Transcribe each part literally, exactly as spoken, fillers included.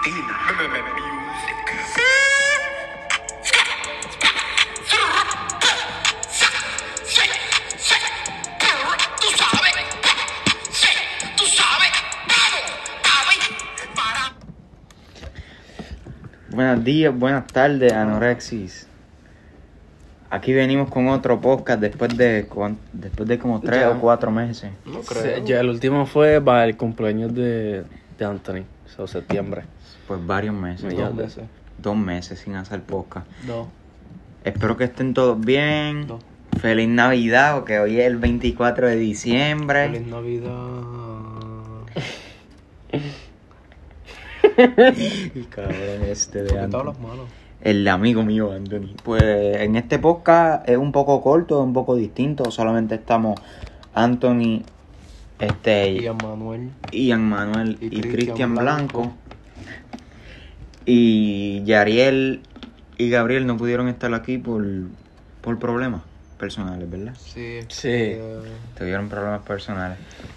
Buenos días, buenas tardes, Anorexis. Aquí venimos con otro podcast después de después de como tres ya. o cuatro meses. No creo. Sí, ya el último fue para el cumpleaños de, de Anthony, o sea, septiembre. Pues varios meses. Dos meses. Dos meses sin hacer podcast. Dos. Espero que estén todos bien. Dos. Feliz Navidad, porque hoy es el veinticuatro de diciembre. Feliz Navidad. El cabrón este de Anthony. Todos los malos. El amigo mío, Anthony. Pues en este podcast es un poco corto, un poco distinto. Solamente estamos Anthony, este, Ian Manuel, Ian Manuel y, y Cristian Blanco. Blanco. Y Yariel y Gabriel no pudieron estar aquí por, por problemas personales, ¿verdad? Sí. Sí. Uh... Tuvieron problemas personales.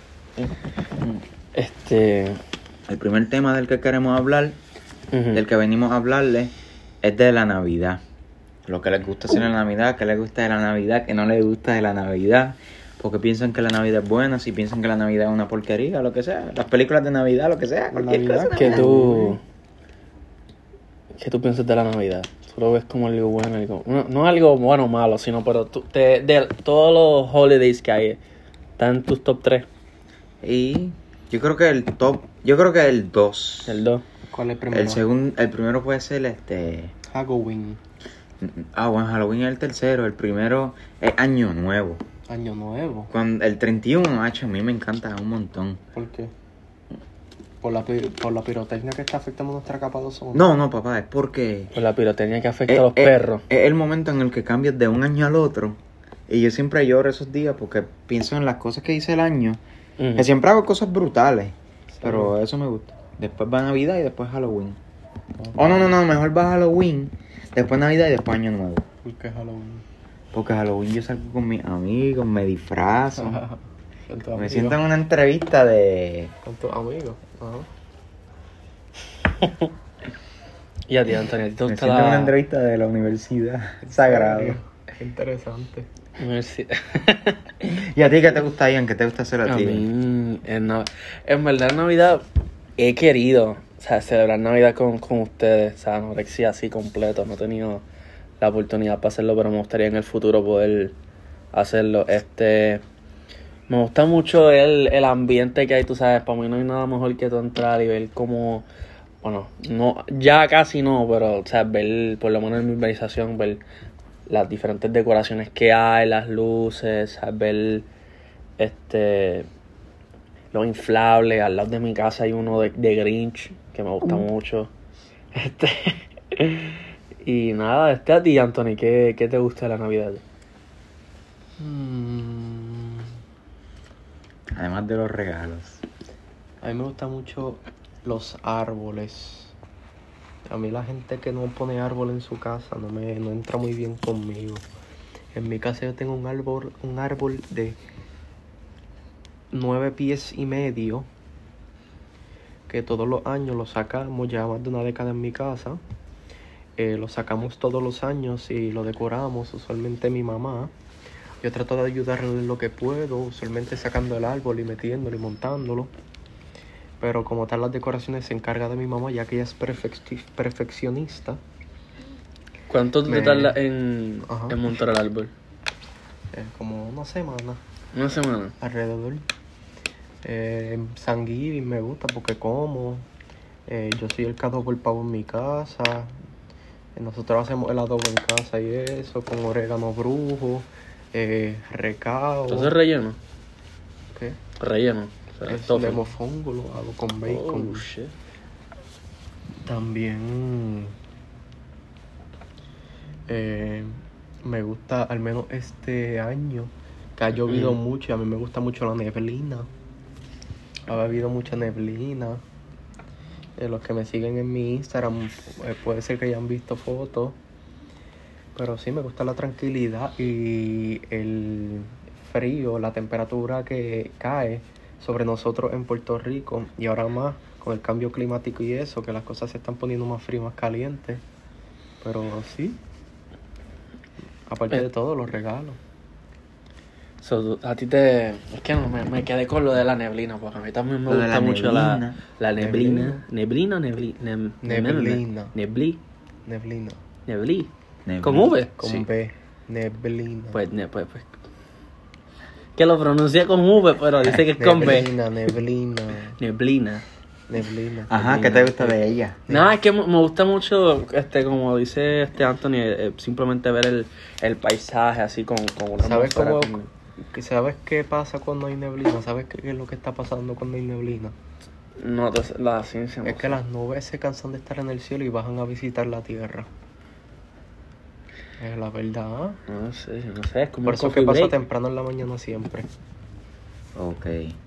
Este... El primer tema del que queremos hablar, uh-huh. del que venimos a hablarle, es de la Navidad. Lo que les gusta hacer en la Navidad, qué les gusta de la Navidad, qué no les gusta de la Navidad. Porque piensan que la Navidad es buena, si piensan que la Navidad es una porquería, lo que sea. Las películas de Navidad, lo que sea. Cualquier Navidad, cosa. ¿Qué tú, ¿Qué tú piensas de la Navidad? Tú lo ves como algo bueno, algo, no, no algo bueno o malo, sino pero tú, te, de todos los holidays que hay, ¿están en tus top tres? Y yo creo que el top, yo creo que el dos. El dos. ¿Cuál es el primero? El segundo, el primero puede ser este... Halloween. Ah, bueno, Halloween es el tercero. El primero es Año Nuevo. Año Nuevo. Cuando el treinta y uno, macho, a mí me encanta un montón. ¿Por qué? ¿Por la, por la pirotecnia que está afectando nuestra capa de ozono? No, no, papá, es porque... Por la pirotecnia que afecta es, a los es, perros. Es el momento en el que cambias de un año al otro. Y yo siempre lloro esos días porque pienso en las cosas que hice el año. Uh-huh. Que siempre hago cosas brutales. Sí. Pero eso me gusta. Después va Navidad y después Halloween. Okay. Oh, no, no, no, mejor va Halloween, después Navidad y después Año Nuevo. ¿Por qué Halloween? Porque Halloween yo salgo con mis amigos, me disfrazo. Me amigos? Siento en una entrevista de... Con tus amigos. Uh-huh. Y a ti, Antonio, ¿a ti te me gusta siento la... en una entrevista de la Universidad Sagrado. Qué interesante. Universidad. ¿Y a ti qué te gusta, Ian? ¿Qué te gusta hacer a, a ti? Mí, en, no... en verdad, en Navidad he querido, o sea, celebrar Navidad con, con ustedes, o sea, anorexia así completo. No he tenido la oportunidad para hacerlo, pero me gustaría en el futuro poder hacerlo. Este, me gusta mucho el, el ambiente que hay, tú sabes. Para mí no hay nada mejor que tú entrar y ver cómo, bueno, no, ya casi no, pero, o sea, ver, por lo menos en mi urbanización, ver las diferentes decoraciones que hay, las luces, ¿sabes? Ver, este... los inflables. Al lado de mi casa hay uno de, de Grinch que me gusta mm. mucho. Este y nada, este a ti, Anthony, ¿qué, qué te gusta de la Navidad? Mm. Además de los regalos. A mí me gustan mucho los árboles. A mí la gente que no pone árbol en su casa no me no entra muy bien conmigo. En mi casa yo tengo un árbol, un árbol de nueve pies y medio, que todos los años lo sacamos, ya más de una década en mi casa, eh, lo sacamos todos los años y lo decoramos, usualmente mi mamá. Yo trato de ayudarle en lo que puedo, usualmente sacando el árbol y metiéndolo y montándolo, pero como tal las decoraciones se encarga de mi mamá, ya que ella es perfec- perfeccionista. ¿Cuánto me... te tarda en, en montar el árbol? Eh, como una semana. ¿Una semana? Alrededor. Eh, San Giving me gusta porque como. Eh, yo soy el que adobo el pavo en mi casa. Eh, nosotros hacemos el adobo en casa y eso, con orégano brujo, eh, recao. ¿Entonces relleno? ¿Qué? Relleno. O sea, es de mofongo, lo hago con bacon. Oh, shit. También eh, me gusta, al menos este año, que ha llovido mm. mucho y a mí me gusta mucho la neblina. Ha habido mucha neblina. Eh, los que me siguen en mi Instagram eh, puede ser que hayan visto fotos. Pero sí, me gusta la tranquilidad y el frío, la temperatura que cae sobre nosotros en Puerto Rico. Y ahora más con el cambio climático y eso, que las cosas se están poniendo más frías, más calientes. Pero sí, aparte Eh. de todo, los regalos. So, a ti te... Es que no, me, me quedé con lo de la neblina, porque a mí también me Lo de gusta la mucho la, neblina. la neblina. ¿Neblina o nebli? Nem- Neblina. Nebli. Neblina. Nebli. Neblina. ¿Con V? Con Sí. B. Neblina. Pues, ne, pues, pues. Que lo pronuncia con V, pero dice que es con B. Neblina, neblina. Neblina. Neblina. Ajá, ¿qué neblina. te gusta de ella? No, es que me me gusta mucho, este, como dice este Anthony, eh, simplemente ver el, el paisaje así con, con una ¿Sabes atmósfera cómo, con- ¿Sabes qué pasa cuando hay neblina? ¿Sabes qué es lo que está pasando cuando hay neblina? No, entonces, la ciencia. no Es que sé. las nubes se cansan de estar en el cielo y bajan a visitar la tierra. Es la verdad. No sé, no sé, es como Por un eso coffee que pasa break. temprano en la mañana siempre. Ok.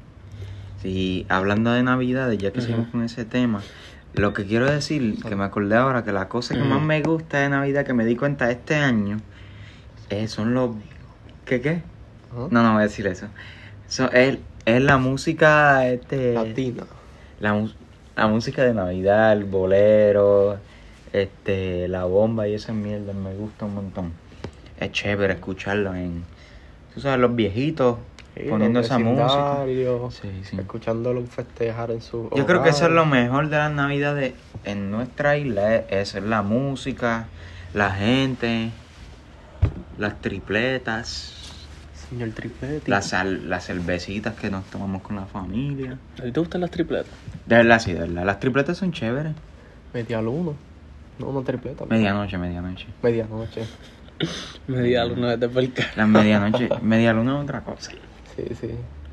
Sí, hablando de Navidades, ya que Ujú. seguimos con ese tema, lo que quiero decir, que me acordé ahora, que la cosa que Ujú. más me gusta de Navidad, que me di cuenta este año, eh, son los... ¿Qué qué? ¿Ah? No, no voy a decir eso. So, es, es la música, este... Latina. La, mu- la música de Navidad, el bolero, este, la bomba y esa mierda, me gusta un montón. Es chévere escucharlo en... Tú sabes, los viejitos Sí, poniendo los esa música. vecindarios, Sí, sí. escuchándolo festejar en su Yo creo que eso es lo hogar. mejor de las Navidades en nuestra isla, es, eso, es la música, la gente, las tripletas, Señor Tripleti. las, sal- las cervecitas que nos tomamos con la familia. ¿A ti te gustan las tripletas? De verdad, sí, de verdad. Las tripletas son chéveres. Media luna. No, no tripleta. Medianoche, medianoche. Medianoche. Media luna de Tepelca. Las medianoche, media luna es otra cosa. Sí, sí.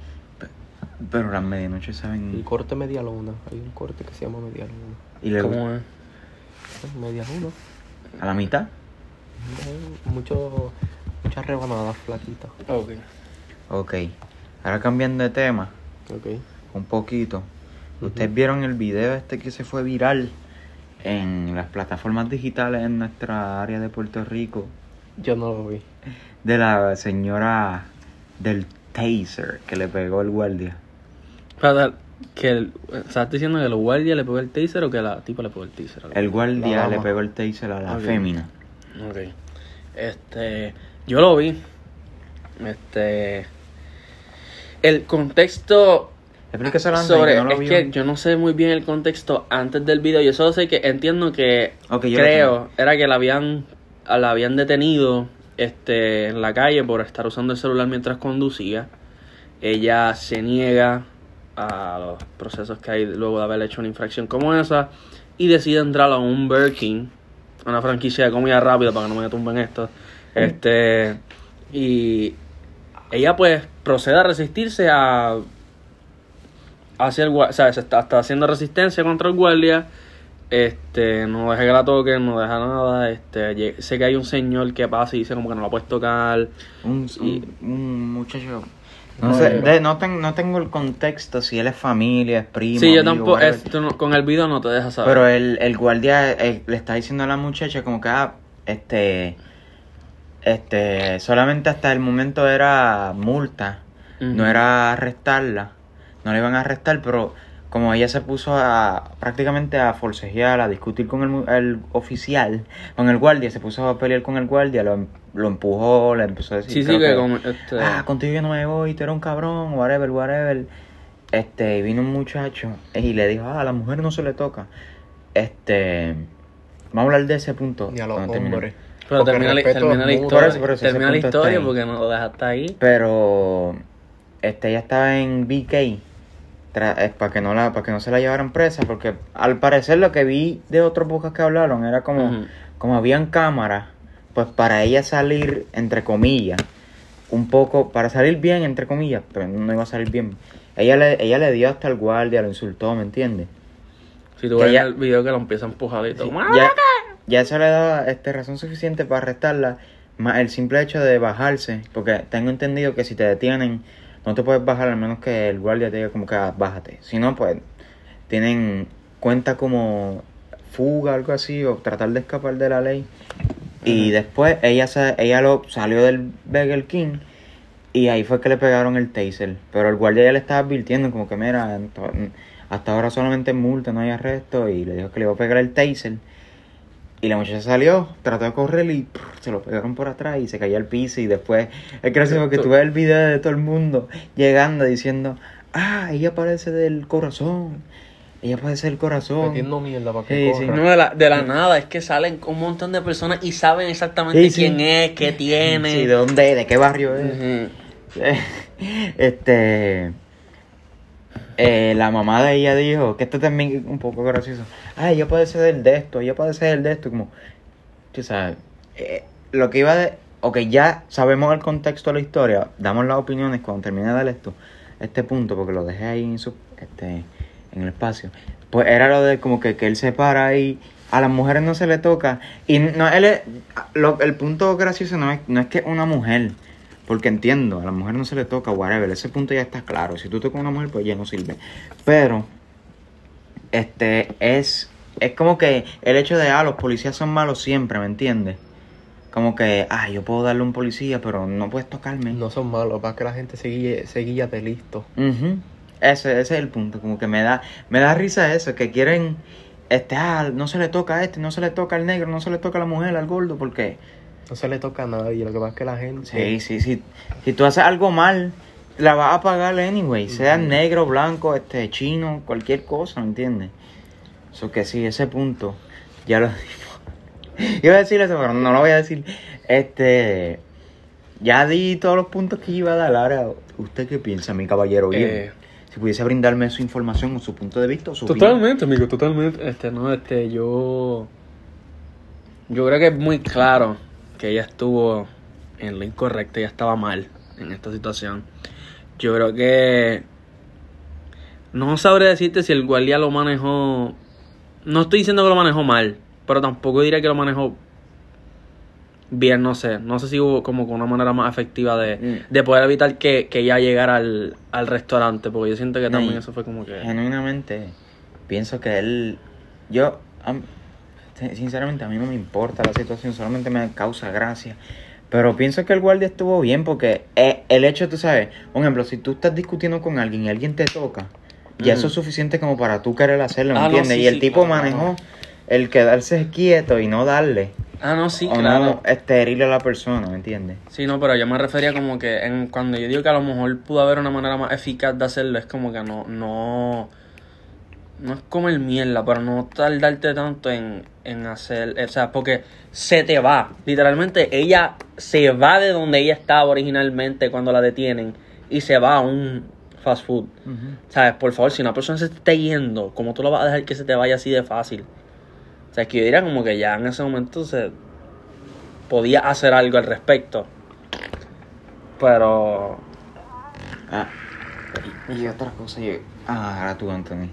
Pero las medianoche El saben... corte media luna. Hay un corte que se llama media luna. Y le ¿Cómo es? Media luna. a la mitad. Hay Mucho, muchas rebanadas flaquitas. Ok. Ok. Ahora cambiando de tema, Ok. un poquito. Ustedes vieron el video este que se fue viral en las plataformas digitales en nuestra área de Puerto Rico, Yo no lo vi. de la señora del taser que le pegó el guardia. Espérate, que el, ¿estás diciendo que el guardia le pegó el taser o que la tipa le pegó el taser? El guardia La le dama. pegó el taser a la Ok. fémina. Ok. Este, yo lo vi. Este, el contexto Explíqueselo antes sobre, que no lo es vio. que yo no sé muy bien el contexto antes del video. Yo solo sé que entiendo que Ok, yo lo creo era que la habían, la habían detenido, este, en la calle por estar usando el celular mientras conducía. Ella se niega a los procesos que hay luego de haber hecho una infracción como esa y decide entrar a un Burger King, una franquicia de comida rápida para que no me tumben esto. Este, y ella pues procede a resistirse a hacia el gua- o sea, se está, está haciendo resistencia contra el guardia. Este, no deja que la toquen, no deja nada. Este, lle- sé que hay un señor que pasa y dice como que no la puedes tocar. Un, Y- un, un muchacho. No, No, sé, pero- de- no, ten- no tengo el contexto si él es familia, es primo. Sí, yo amigo, tampoco, whatever. esto no- con el video no te deja saber. Pero el, el guardia eh, le está diciendo a la muchacha como que, ah, este, este, solamente hasta el momento era multa, Ujú. no era arrestarla, no le iban a arrestar, pero como ella se puso a prácticamente a forcejear, a discutir con el, mu- el oficial, con el guardia, se puso a pelear con el guardia, lo, em- lo empujó, le empezó a decir, Sí, sí, creo que que, como, este, ah, contigo yo no me voy, tú eres un cabrón, whatever, whatever. Este, y vino un muchacho y le dijo, ah, a la mujer no se le toca. Este, vamos a hablar de ese punto. Ni a los cuando termine. hombres. pero Porque termina, la- respeto termina la es mutuo. historia, Por eso, por eso, ese termina la punto está historia ahí. porque no lo dejaste ahí. Pero, este, ella estaba en B K, tra- eh, para que no la, para que no se la llevaran presa, porque al parecer lo que vi de otros bocas que hablaron era como, Ujú. como habían cámaras, pues para ella salir, entre comillas, un poco, para salir bien, entre comillas, pero no iba a salir bien. Ella le, ella le dio hasta el guardia, lo insultó, ¿me entiendes? Si tú Que ves ya- el video que lo empieza a empujar y todo. Sí, ya, ya eso le da este, razón suficiente para arrestarla, más el simple hecho de bajarse, porque tengo entendido que si te detienen, no te puedes bajar al menos que el guardia te diga como que ah, bájate. Si no, pues tienen cuenta como fuga, algo así, o tratar de escapar de la ley. Y Ujú. después ella se, ella lo salió del Burger King y ahí fue que le pegaron el taser. Pero el guardia ya le estaba advirtiendo como que mira, ento- hasta ahora solamente multa, no hay arresto, y le dijo que le iba a pegar el taser. Y la muchacha salió, trató de correr y prr, se lo pegaron por atrás y se cayó al piso. Y después, es gracioso que tú ves el video de todo el mundo llegando diciendo, ah, ella parece del corazón, ella parece del corazón. Metiendo mierda para que Sí, corra. sí. No, de la, de la nada, es que salen un montón de personas y saben exactamente Sí, sí. quién es, qué tiene. Sí, de dónde, de qué barrio es. Ujú. Este... Eh, la mamá de ella dijo que esto también es un poco gracioso. Ah, ella puede ser del de esto, ella puede ser del de esto. Como, tú sabes, eh, lo que iba de. Ok, ya sabemos el contexto de la historia, damos las opiniones cuando termine de dar esto, este punto, porque lo dejé ahí en, su, este, en el espacio. Pues era lo de como que, que él se para ahí, a las mujeres no se le toca. Y no, él es, lo, el punto gracioso no es, no es que una mujer. Porque entiendo, a la mujer no se le toca, whatever, ese punto ya está claro. Si tú tocas a una mujer, pues ya no sirve. Pero, este, es, es como que el hecho de, ah, los policías son malos siempre, ¿me entiendes? Como que, ah, yo puedo darle a un policía, pero no puedes tocarme. No son malos, para que la gente se guíe, se guía de listo. Uh-huh. Ese, ese es el punto, como que me da, me da risa eso, que quieren, este, ah, no se le toca a este, no se le toca al negro, no se le toca a la mujer, al gordo, porque... No se le toca a nadie, lo que pasa es que la gente... Sí, sí, sí. Si tú haces algo mal, la vas a pagar anyway. Sea Ujú. negro, blanco, este, chino, cualquier cosa, ¿me entiendes? Eso que sí, ese punto, ya lo digo. Iba a decir eso, pero no lo voy a decir. Este, ya di todos los puntos que iba a dar. Ahora, ¿usted qué piensa, mi caballero? Bien. Eh, Si pudiese brindarme su información o su punto de vista o su opinión. Totalmente, amigo, totalmente. Este, no, este, yo. Yo creo que es muy claro que ella estuvo en lo incorrecto, ella estaba mal en esta situación. Yo creo que. No sabré decirte si el guardia lo manejó. No estoy diciendo que lo manejó mal, pero tampoco diría que lo manejó bien, no sé. No sé si hubo como una manera más efectiva de, Mm. de poder evitar que, que ella llegara al, al restaurante, porque yo siento que No, también y eso fue como que... Genuinamente, pienso que él. Yo, am- sinceramente, a mí no me importa la situación, solamente me causa gracia. Pero pienso que el guardia estuvo bien porque eh, el hecho, tú sabes, por ejemplo, si tú estás discutiendo con alguien y alguien te toca, ya Mm. eso es suficiente como para tú querer hacerlo, ¿me Ah, no, entiendes? sí, y el sí, tipo claro, manejó el quedarse quieto y no darle. Ah, no, sí, o claro. no este, herirle a la persona, ¿me entiendes? Sí, no, pero yo me refería como que en, cuando yo digo que a lo mejor pudo haber una manera más eficaz de hacerlo, es como que no, no, no es comer mierda, pero no tardarte tanto en, en hacer, o sea, porque se te va, literalmente ella se va de donde ella estaba originalmente cuando la detienen y se va a un fast food, Uh-huh. ¿sabes? Por favor, si una persona se está yendo, ¿cómo tú lo vas a dejar que se te vaya así de fácil? O sea, que yo diría como que ya en ese momento se podía hacer algo al respecto. Pero... Ah, y, y otra cosa, yo... Ah, ahora tú, Anthony.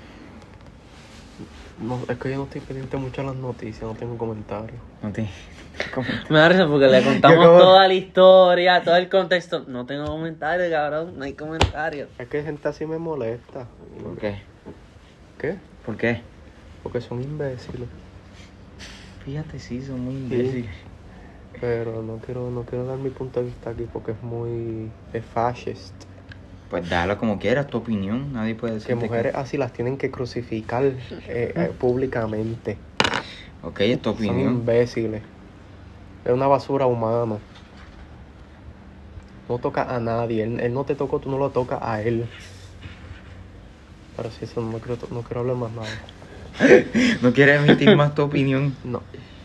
No, es que yo no estoy pendiente mucho a las noticias, no tengo comentarios. No te... ¿Cómo? Me da risa porque le contamos Yo como- toda la historia, todo el contexto. No tengo comentarios, cabrón, no hay comentarios. Es que gente así me molesta. ¿Por qué? ¿Qué? ¿Por qué? Porque son imbéciles. Fíjate, sí, son muy imbéciles. Pero no quiero, no quiero dar mi punto de vista aquí porque es muy... es fascist. Pues dalo como quieras, tu opinión. Nadie puede decir Que mujeres así las tienen que crucificar eh, eh, públicamente. Ok, es tu Son opinión. imbéciles. Es una basura humana. No toca a nadie. Él, él no te tocó, tú no lo tocas a él. Pero sí, eso no quiero, no quiero hablar más nada. No quieres emitir más tu opinión. No.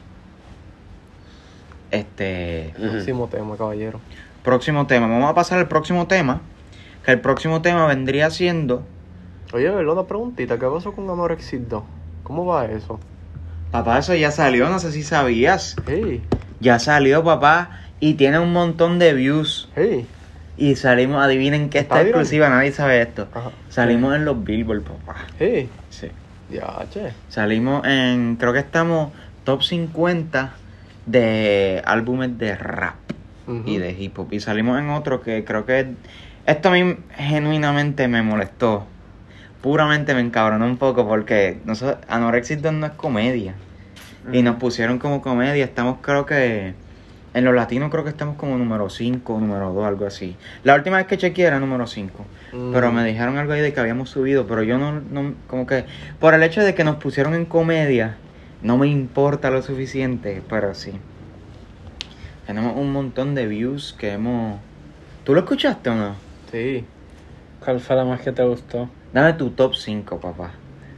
Este... Próximo tema, caballero. Próximo tema. Vamos a pasar al próximo tema. Que el próximo tema vendría siendo... Oye, ¿verdad? Una preguntita. ¿Qué pasó con Anorexid dos? ¿Cómo va eso? Papá, eso ya salió, no sé si sabías. Hey, Ya salió, papá. Y tiene un montón de views. hey. Y salimos, adivinen que ¿Está esta viral? exclusiva, nadie sabe esto. Ajá. Salimos en los Billboard, papá. Hey. Sí. Ya, che. Salimos en, creo que estamos top cincuenta de álbumes de rap Ujú. y de hip hop. Y salimos en otro que creo que esto a mí genuinamente me molestó. Puramente me encabronó un poco porque nosotros, Anorexid dos no es comedia. Y nos pusieron como comedia. Estamos creo que en los latinos creo que estamos como número cinco, número dos, algo así. La última vez que chequeé era número cinco. Mm. Pero me dijeron algo ahí de que habíamos subido, pero yo no, no, como que, por el hecho de que nos pusieron en comedia, no me importa lo suficiente, pero sí. Tenemos un montón de views que hemos... ¿Tú lo escuchaste o no? Sí. ¿Cuál fue la más que te gustó? Dame tu top cinco, papá.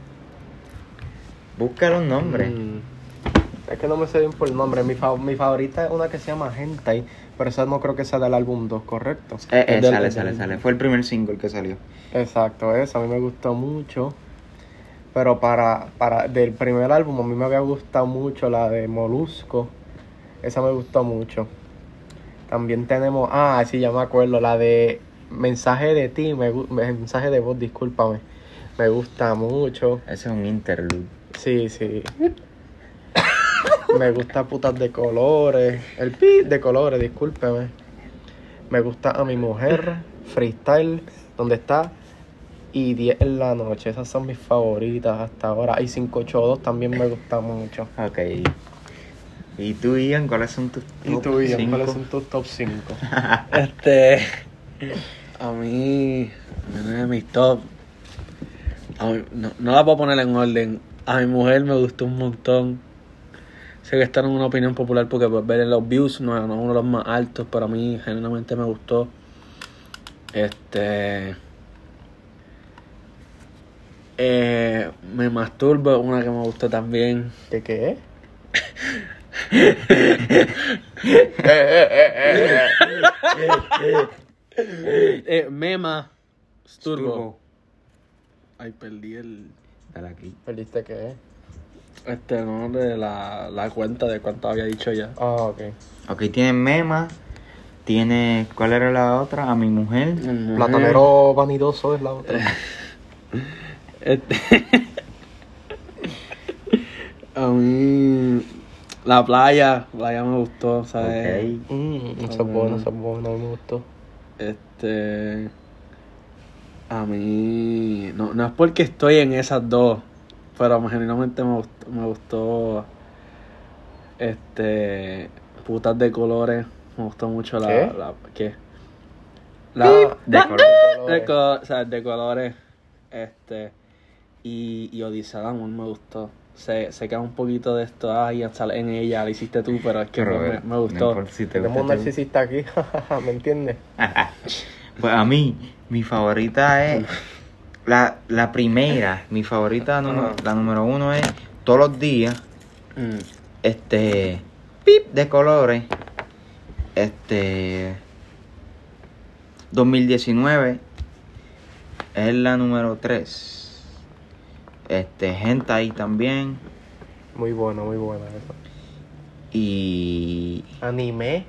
Busca los nombres. Mm. Es que no me sé bien por el nombre. Mi, fa- mi favorita es una que se llama Hentai, pero esa no creo que sea del álbum dos, ¿correcto? Eh, eh, Es del- sale, es sale, del- sale. Fue el primer single que salió. Exacto, esa a mí me gustó mucho. Pero para, para del primer álbum a mí me había gustado mucho la de Molusco. Esa me gustó mucho. También tenemos, ah, sí, ya me acuerdo, la de Mensaje de ti, me, gu- mensaje de voz, discúlpame. Me gusta mucho. Ese es un interlude. Sí, sí. Me gusta Putas de Colores. El pi de colores, discúlpeme. Me gusta A mi mujer. Freestyle. Donde está. Y diez en la noche. Esas son mis favoritas hasta ahora. Y cinco ocho dos también me gusta mucho. Ok. ¿Y tú, Ian, cuáles son tus ¿Y top tú, Ian, cinco? cuáles son tus top cinco? Este. A mí. Uno de mis top. A mí- no, no la puedo poner en orden. A mi mujer me gustó un montón. Sé que está en una opinión popular porque pues, ver los views no, no es uno de los más altos, pero a mí genuinamente me gustó. Este. Eh, me masturbo, una que me gustó también. ¿Qué qué? Eh, Mema Sturbo. Turbo. Ay, perdí el. Dale aquí. ¿Perdiste qué? Este, no, de la, la cuenta de cuánto había dicho ya. Ah, ok. Ok, tiene Mema. Tiene... ¿Cuál era la otra? A mi mujer. Platanero vanidoso es la otra. Este. A mí. La playa, la playa me gustó, ¿sabes? Ok. Mm, eso es bueno, eso es bueno, a mí me gustó. Este. A mí. No, no es porque estoy en esas dos, pero genuinamente me gustó, me gustó. Este. Putas de colores. Me gustó mucho la. ¿Qué? la ¿Qué? La. De color. De, co- o sea, de colores. Este. Y, y Odisea de Amor me gustó. Se, se queda un poquito de esto. Ay, sale en ella, la hiciste tú, pero es que Pero, me, eh, me no gustó. importa si te Tenemos un gusta tú. narcisista aquí, ¿me entiendes? Pues a mí, mi favorita es la, la primera. Mi favorita, número- la número uno es Todos los días. Mm. Este. Pip de colores. Este. dos mil diecinueve es la número tres. Este, Hentai también. Muy buena, muy buena esa. Y. Anime.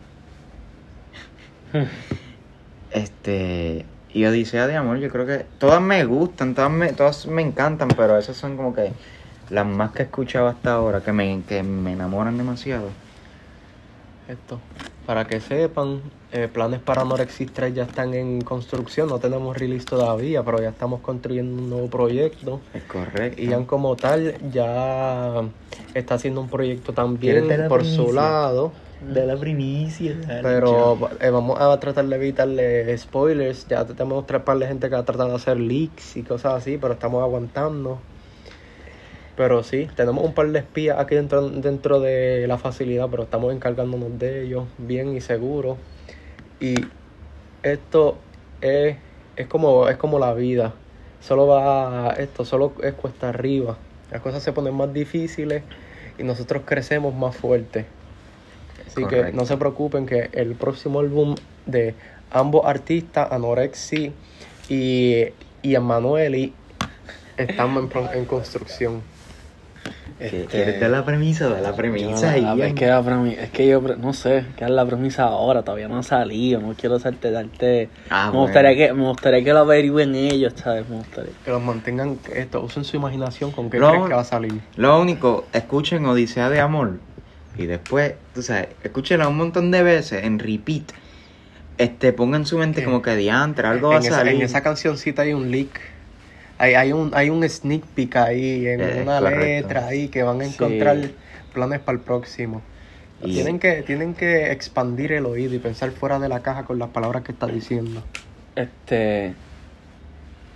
Este. Y Odisea de Amor, yo creo que todas me gustan, todas me, todas me encantan, pero esas son como que las más que he escuchado hasta ahora, que me, que me enamoran demasiado. Esto. Para que sepan, eh, planes para Anorexis tres ya están en construcción. No tenemos release todavía, pero ya estamos construyendo un nuevo proyecto. Es correcto. Y Ian como tal ya está haciendo un proyecto también ¿Quieres dar la por su primicia? lado. De la primicia. dale, Pero chao. eh, vamos a tratar de evitarle spoilers. Ya tenemos tres par de gente que ha tratado de hacer leaks y cosas así, pero estamos aguantando. Pero sí, tenemos un par de espías aquí dentro, dentro de la facilidad, pero estamos encargándonos de ellos bien y seguro. Y esto es, es como es como la vida. Solo va esto, solo es cuesta arriba. Las cosas se ponen más difíciles y nosotros crecemos más fuerte. Así que Correcto. no se preocupen que el próximo álbum de ambos artistas, Anorexi y, y Emanueli, estamos en, pro- en construcción. ¿Qué- Este, ¿Quieres dar la premisa? Da la premisa yo, y es, que la premi- es que yo, pre- no sé, que es la premisa ahora, todavía no ha salido, no quiero hacerte, darte... Ah, me, bueno. gustaría que, me gustaría que lo averigüen ellos, ¿sabes? Me gustaría. Que los mantengan, esto, usen su imaginación con qué No. crees que va a salir. Lo único, escuchen Odisea de Amor. Y después, tú sabes, escúchenla un montón de veces en repeat. Este, pongan en su mente ¿Qué? como que diantre, algo va a En esa, salir. en esa cancioncita hay un leak. Hay, hay un hay un sneak peek ahí, en Es una correcto. letra ahí, que van a Sí. encontrar planes para el próximo. Y- Tienen que tienen que expandir el oído y pensar fuera de la caja con las palabras que está diciendo. Este...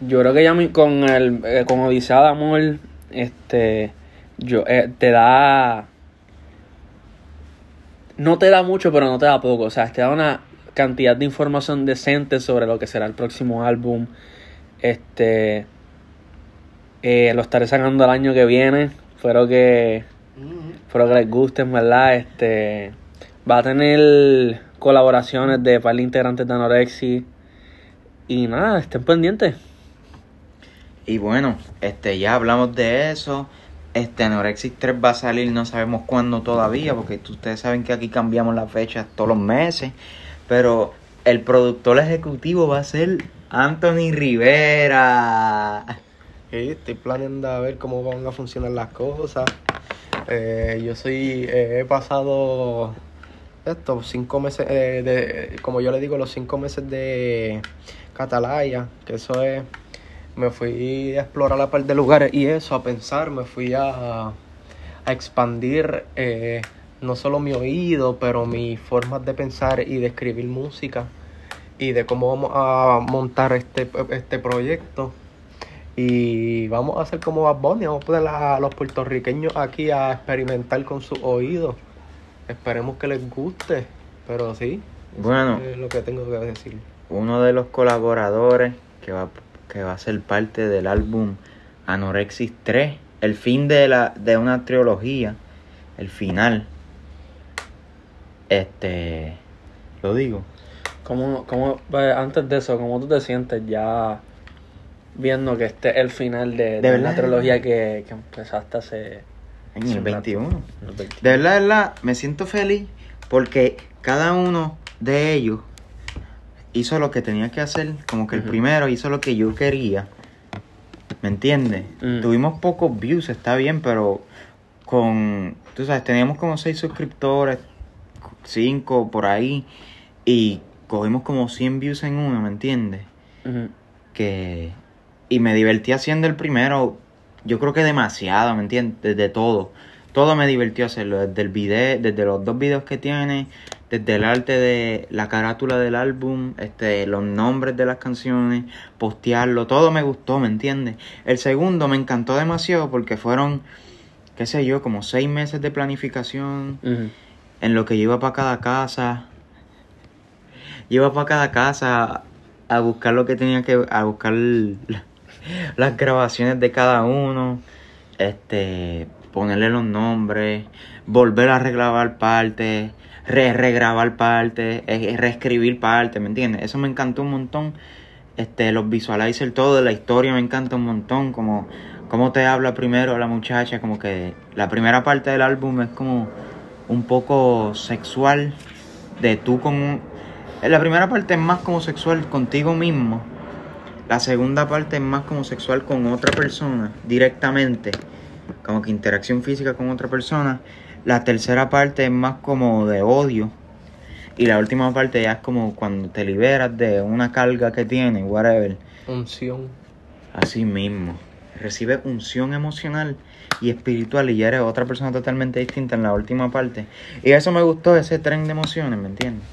Yo creo que ya mi- con el eh, con Odisea de Amor, este, yo eh, te da, no te da mucho, pero no te da poco. O sea, te da una cantidad de información decente sobre lo que será el próximo álbum. Este, eh, lo estaré sacando el año que viene. Espero que, espero que les guste, en verdad. Este, va a tener colaboraciones de par de integrantes de Anorexia. Y nada, estén pendientes. Y bueno, este ya hablamos de eso. Este Anorexia tres va a salir, no sabemos cuándo todavía, porque ustedes saben que aquí cambiamos las fechas todos los meses. Pero el productor ejecutivo va a ser Anthony Rivera. Sí, estoy planeando a ver cómo van a funcionar las cosas. Eh, yo soy, eh, he pasado estos cinco meses, eh, de, como yo le digo, los cinco meses de Catalaya, que eso es, me fui a explorar la parte de lugares y eso, a pensar, me fui a, a expandir eh, no solo mi oído, pero mis formas de pensar y de escribir música y de cómo vamos a montar este, este proyecto. Y vamos a hacer como Bad Bunny, vamos a poner a los puertorriqueños aquí a experimentar con sus oídos. Esperemos que les guste, pero sí, eso Bueno, es lo que tengo que decir. uno de los colaboradores que va, que va a ser parte del álbum Anorexia tres, el fin de la de una trilogía, el final. Este, lo digo. ¿Cómo, cómo, eh, antes de eso, ¿cómo tú te sientes ya viendo que este es el final de, de, ¿De una verdad? trilogía que, que empezaste hace... En hace el un rato? veintiuno. En el veintiuno. De verdad, de verdad, me siento feliz porque cada uno de ellos hizo lo que tenía que hacer. Como que el Ujú. primero hizo lo que yo quería. ¿Me entiendes? Mm. Tuvimos pocos views, está bien, pero con... Tú sabes, teníamos como seis suscriptores, cinco por ahí, y cogimos como cien views en uno, ¿me entiendes? Ujú. Que... Y me divertí haciendo el primero, yo creo que demasiado, ¿me entiendes? Desde todo. Todo me divirtió hacerlo, desde el video, desde los dos videos que tiene, desde el arte de la carátula del álbum, este, los nombres de las canciones, postearlo, todo me gustó, ¿me entiendes? El segundo me encantó demasiado porque fueron, qué sé yo, como seis meses de planificación, Ujú. en lo que yo iba para cada casa. Yo iba para cada casa a buscar lo que tenía que, a buscar las grabaciones de cada uno, este, ponerle los nombres, volver a regrabar partes, re regrabar partes, eh, reescribir partes, ¿me entiendes? Eso me encantó un montón. Este, los visualizers, todo de la historia me encanta un montón, como cómo te habla primero la muchacha, como que la primera parte del álbum es como un poco sexual, de tú con un... La primera parte es más como sexual contigo mismo. La segunda parte es más como sexual con otra persona, directamente. Como que interacción física con otra persona. La tercera parte es más como de odio. Y la última parte ya es como cuando te liberas de una carga que tienes, whatever. Unción. Así mismo. Recibes unción emocional y espiritual y ya eres otra persona totalmente distinta en la última parte. Y eso me gustó, ese tren de emociones, ¿me entiendes?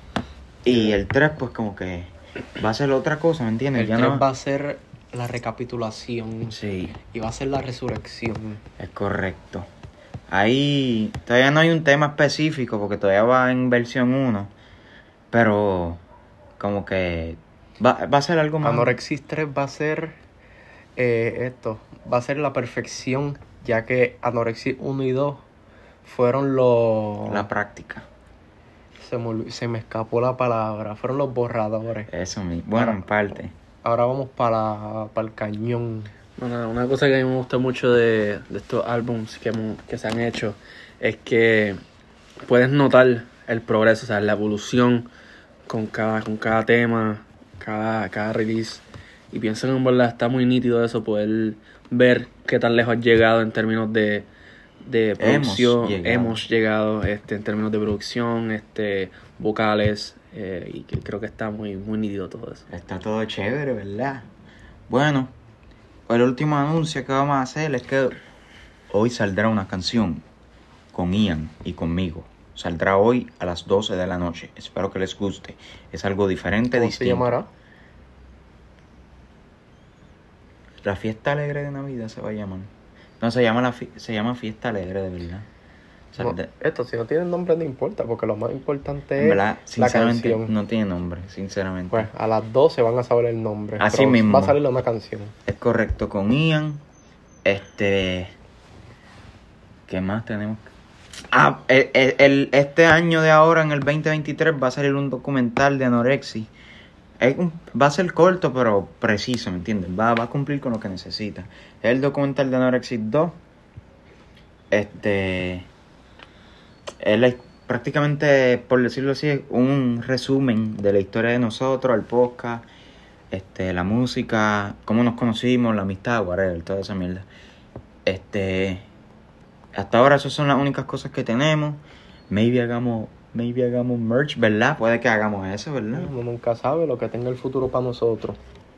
Y el tres pues como que va a ser otra cosa, ¿me entiendes? El Ya tres no... va a ser la recapitulación Sí, y va a ser la resurrección. es correcto. Ahí todavía no hay un tema específico porque todavía va en versión uno. Pero como que va, va a ser algo más... Anorexia tres va a ser eh, esto, va a ser la perfección, ya que Anorexia uno y dos fueron los... La práctica. Se me, olvi- se me escapó la palabra, fueron los borradores. Eso mismo. Bueno, en parte. Ahora vamos para, para el cañón. Una, una cosa que a mí me gusta mucho de, de estos álbums que, hemos- que se han hecho es que puedes notar el progreso, o sea, la evolución con cada, con cada tema, cada, cada release. Y pienso que en verdad está muy nítido eso, poder ver qué tan lejos has llegado en términos de, de producción. llegado. Hemos llegado este, en términos de producción, este, vocales, eh, y que creo que está muy, muy nítido todo eso. Está todo chévere, ¿verdad? Bueno, el último anuncio que vamos a hacer es que hoy saldrá una canción con Ian y conmigo. Saldrá hoy a las doce de la noche. Espero que les guste. Es algo diferente, ¿Cómo distinto. se llamará? La fiesta alegre de Navidad se va a llamar. No, se llama la fi- se llama fiesta alegre de verdad. O sea, No, de- esto, si no tiene nombre, no importa, porque lo más importante en es verdad, la sinceramente, canción. no tiene nombre, sinceramente. Pues a las doce van a saber el nombre. Así pero mismo. Va a salir una canción. Es correcto, con Ian. Este. ¿Qué más tenemos? Ah, el, el- el- este año de ahora, en el veinte veintitrés, va a salir un documental de anorexia. Es un- va a ser corto, pero preciso, ¿me entiendes? Va, va a cumplir con lo que necesita. Es el documental de Anorexia dos. Este. Es la- prácticamente, por decirlo así, es un resumen de la historia de nosotros, el podcast, este, la música, cómo nos conocimos, la amistad, whatever, toda esa mierda. Este. Hasta ahora esas son las únicas cosas que tenemos. Maybe hagamos, maybe hagamos merch, ¿verdad? Puede que hagamos eso, ¿verdad? Uno nunca sabe lo que tenga el futuro para nosotros.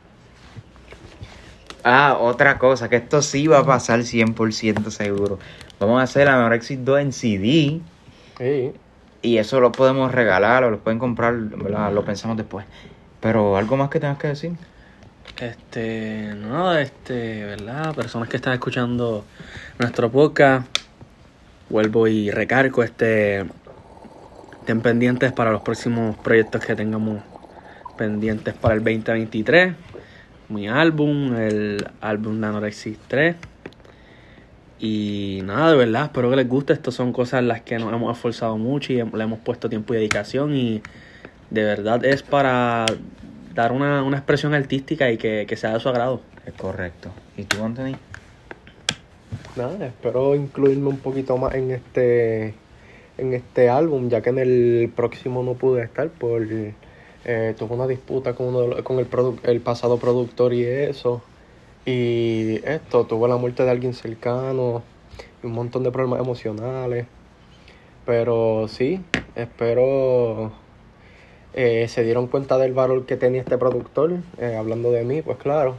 Ah, otra cosa, que esto sí va a pasar cien por ciento seguro. Vamos a hacer Anorexia dos en C D. Sí. Y eso lo podemos regalar o lo pueden comprar, ¿verdad? Lo pensamos después. Pero algo más que tengas que decir. Este, no, este, ¿verdad? Personas que están escuchando nuestro podcast, vuelvo y recargo, este, estén pendientes para los próximos proyectos que tengamos pendientes para el veinte veintitrés. Mi álbum, el álbum de Anorexia tres. Y nada, de verdad, espero que les guste. Estas son cosas en las que nos hemos esforzado mucho y le hemos puesto tiempo y dedicación. Y de verdad es para dar una, una expresión artística y que, que sea de su agrado. Es correcto. ¿Y tú, Anthony? Nada, espero incluirme un poquito más en este en este álbum, ya que en el próximo no pude estar por eh, tuve una disputa con uno de los- con el produ- el pasado productor y eso. Y esto, tuve la muerte de alguien cercano y un montón de problemas emocionales. Pero sí, espero eh, se dieron cuenta del valor que tenía este productor, eh, hablando de mí, pues claro.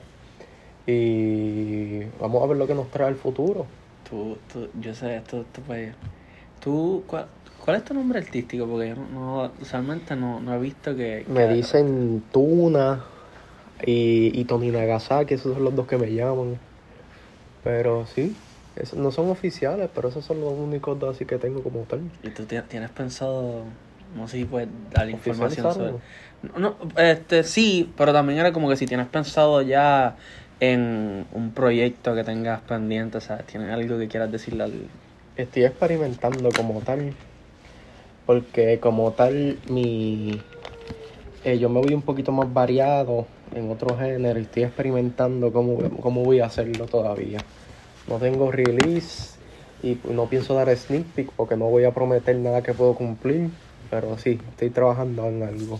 Y vamos a ver lo que nos trae el futuro. Tú, tú, yo sé, esto, esto pues, tú, ¿cuál, ¿cuál es tu nombre artístico? Porque yo no, no usualmente no, no he visto que... Me que- dicen Tuna y, y Tony Nagasaki, esos son los dos que me llaman. Pero sí, esos no son oficiales, pero esos son los únicos dos así que tengo como tal. ¿Y tú ti- tienes pensado, no sé si puedes dar información sobre... ¿Oficializarlo? No, no, este, sí, pero también era como que si tienes pensado ya en un proyecto que tengas pendiente, ¿sabes? ¿Tienes algo que quieras decirle al...? Estoy experimentando como tal, porque como tal mi eh, yo me voy un poquito más variado en otro género y estoy experimentando cómo, cómo voy a hacerlo todavía. No tengo release y no pienso dar sneak peek porque no voy a prometer nada que puedo cumplir, pero sí, estoy trabajando en algo.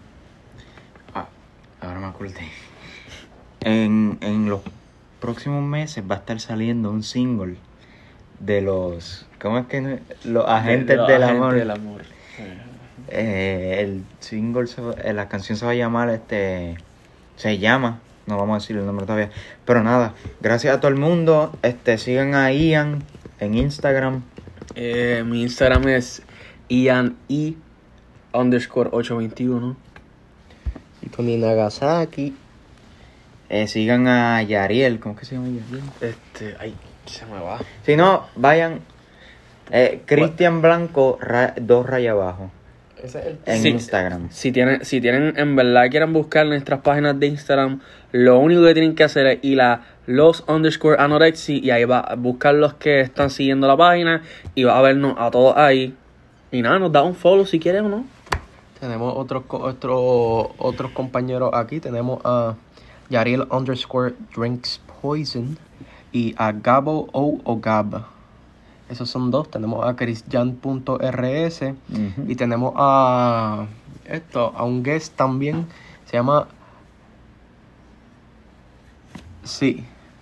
Ah, ahora me acordé. En, en los próximos meses va a estar saliendo un single de los... ¿Cómo es que no? Los agentes De- de los del agentes amor. del amor. Eh, el single, se va- eh, la canción se va a llamar, este... Se llama, no vamos a decir el nombre todavía. Pero nada, gracias a todo el mundo. Este, sigan a Ian en Instagram. Eh, mi Instagram es Ian E underscore ocho veintiuno. Y Tony Nagasaki. Eh, sigan a Yariel, ¿cómo es que se llama Yariel? Este, ay, se me va. Si no, vayan... Eh, Cristian Blanco, ra- dos rayas abajo. Ese es el En Sí. Instagram. Si tienen, si tienen, en verdad quieren buscar nuestras páginas de Instagram, lo único que tienen que hacer es ir a los underscore anorexia y ahí va a buscar los que están siguiendo la página y va a vernos a todos ahí. Y nada, nos da un follow si quieren o no. Tenemos otros co- otro, otros compañeros aquí. Tenemos a Yariel underscore drinks poison y a Gabo O o Gab. Esos son dos. Tenemos a christian.rs Ujú. y tenemos a esto, a un guest también. Se llama... Sí.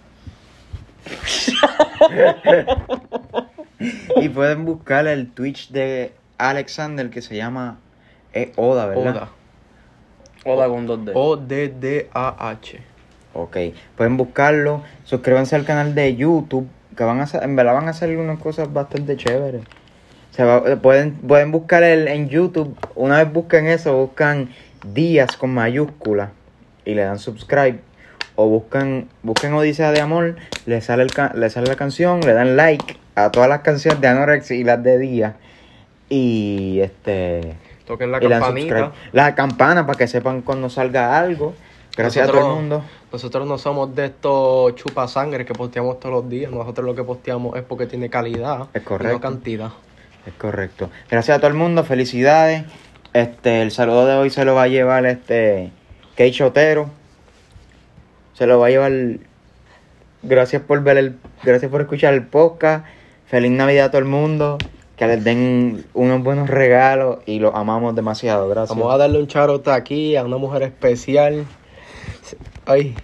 Y pueden buscar el Twitch de Alexander que se llama eh, Oda, ¿verdad? Oda. Oda con dos D. O D D A H. Ok, pueden buscarlo. Suscríbanse al canal de YouTube, que van a hacer, en verdad van a hacer unas cosas bastante chéveres. Se va- pueden, pueden buscar el, en YouTube. Una vez busquen eso, buscan Díaz con mayúscula y le dan subscribe. o buscan busquen Odisea de Amor, le sale, el, ca- le sale la canción, le dan like a todas las canciones de Anorexia y las de Día. Y este... Toquen la y le dan campanita. subscribe. La campana para que sepan cuando salga algo. Gracias Nosotros- a todo el mundo. Nosotros no somos de estos chupasangre que posteamos todos los días. Nosotros lo que posteamos es porque tiene calidad Es y correcto. no cantidad. Es correcto. Gracias a todo el mundo, felicidades. Este, el saludo de hoy se lo va a llevar este Kate Otero. Se lo va a llevar. Gracias por ver el, gracias por escuchar el podcast. Feliz Navidad a todo el mundo. Que les den unos buenos regalos y los amamos demasiado. Gracias. Vamos a darle un charote aquí a una mujer especial. Ay,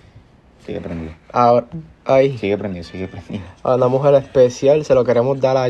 Sigue prendido. ahora, ay, Sigue prendido, sigue prendido. a una mujer especial se lo queremos dar a